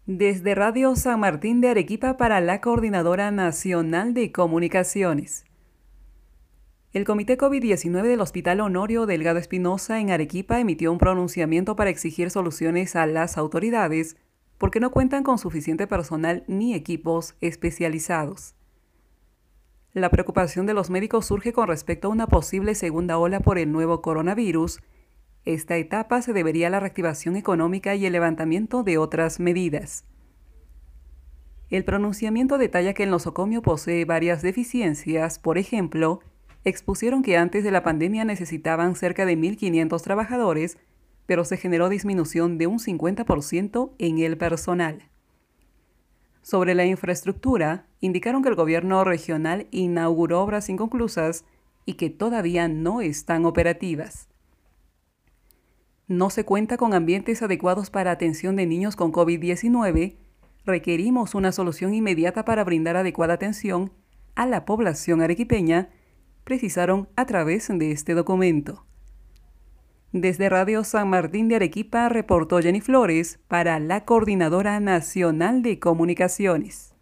Desde Radio San Martín de Arequipa para la Coordinadora Nacional de Comunicaciones. El Comité COVID-19 del Hospital Honorio Delgado Espinosa en Arequipa emitió un pronunciamiento para exigir soluciones a las autoridades porque no cuentan con suficiente personal ni equipos especializados. La preocupación de los médicos surge con respecto a una posible segunda ola por el nuevo coronavirus. Esta etapa se debería a la reactivación económica y el levantamiento de otras medidas. El pronunciamiento detalla que el nosocomio posee varias deficiencias. Por ejemplo, expusieron que antes de la pandemia necesitaban cerca de 1.500 trabajadores, pero se generó disminución de un 50% en el personal. Sobre la infraestructura, indicaron que el gobierno regional inauguró obras inconclusas y que todavía no están operativas. No se cuenta con ambientes adecuados para atención de niños con COVID-19. Requerimos una solución inmediata para brindar adecuada atención a la población arequipeña, precisaron a través de este documento. Desde Radio San Martín de Arequipa reportó Jenny Flores para la Coordinadora Nacional de Comunicaciones.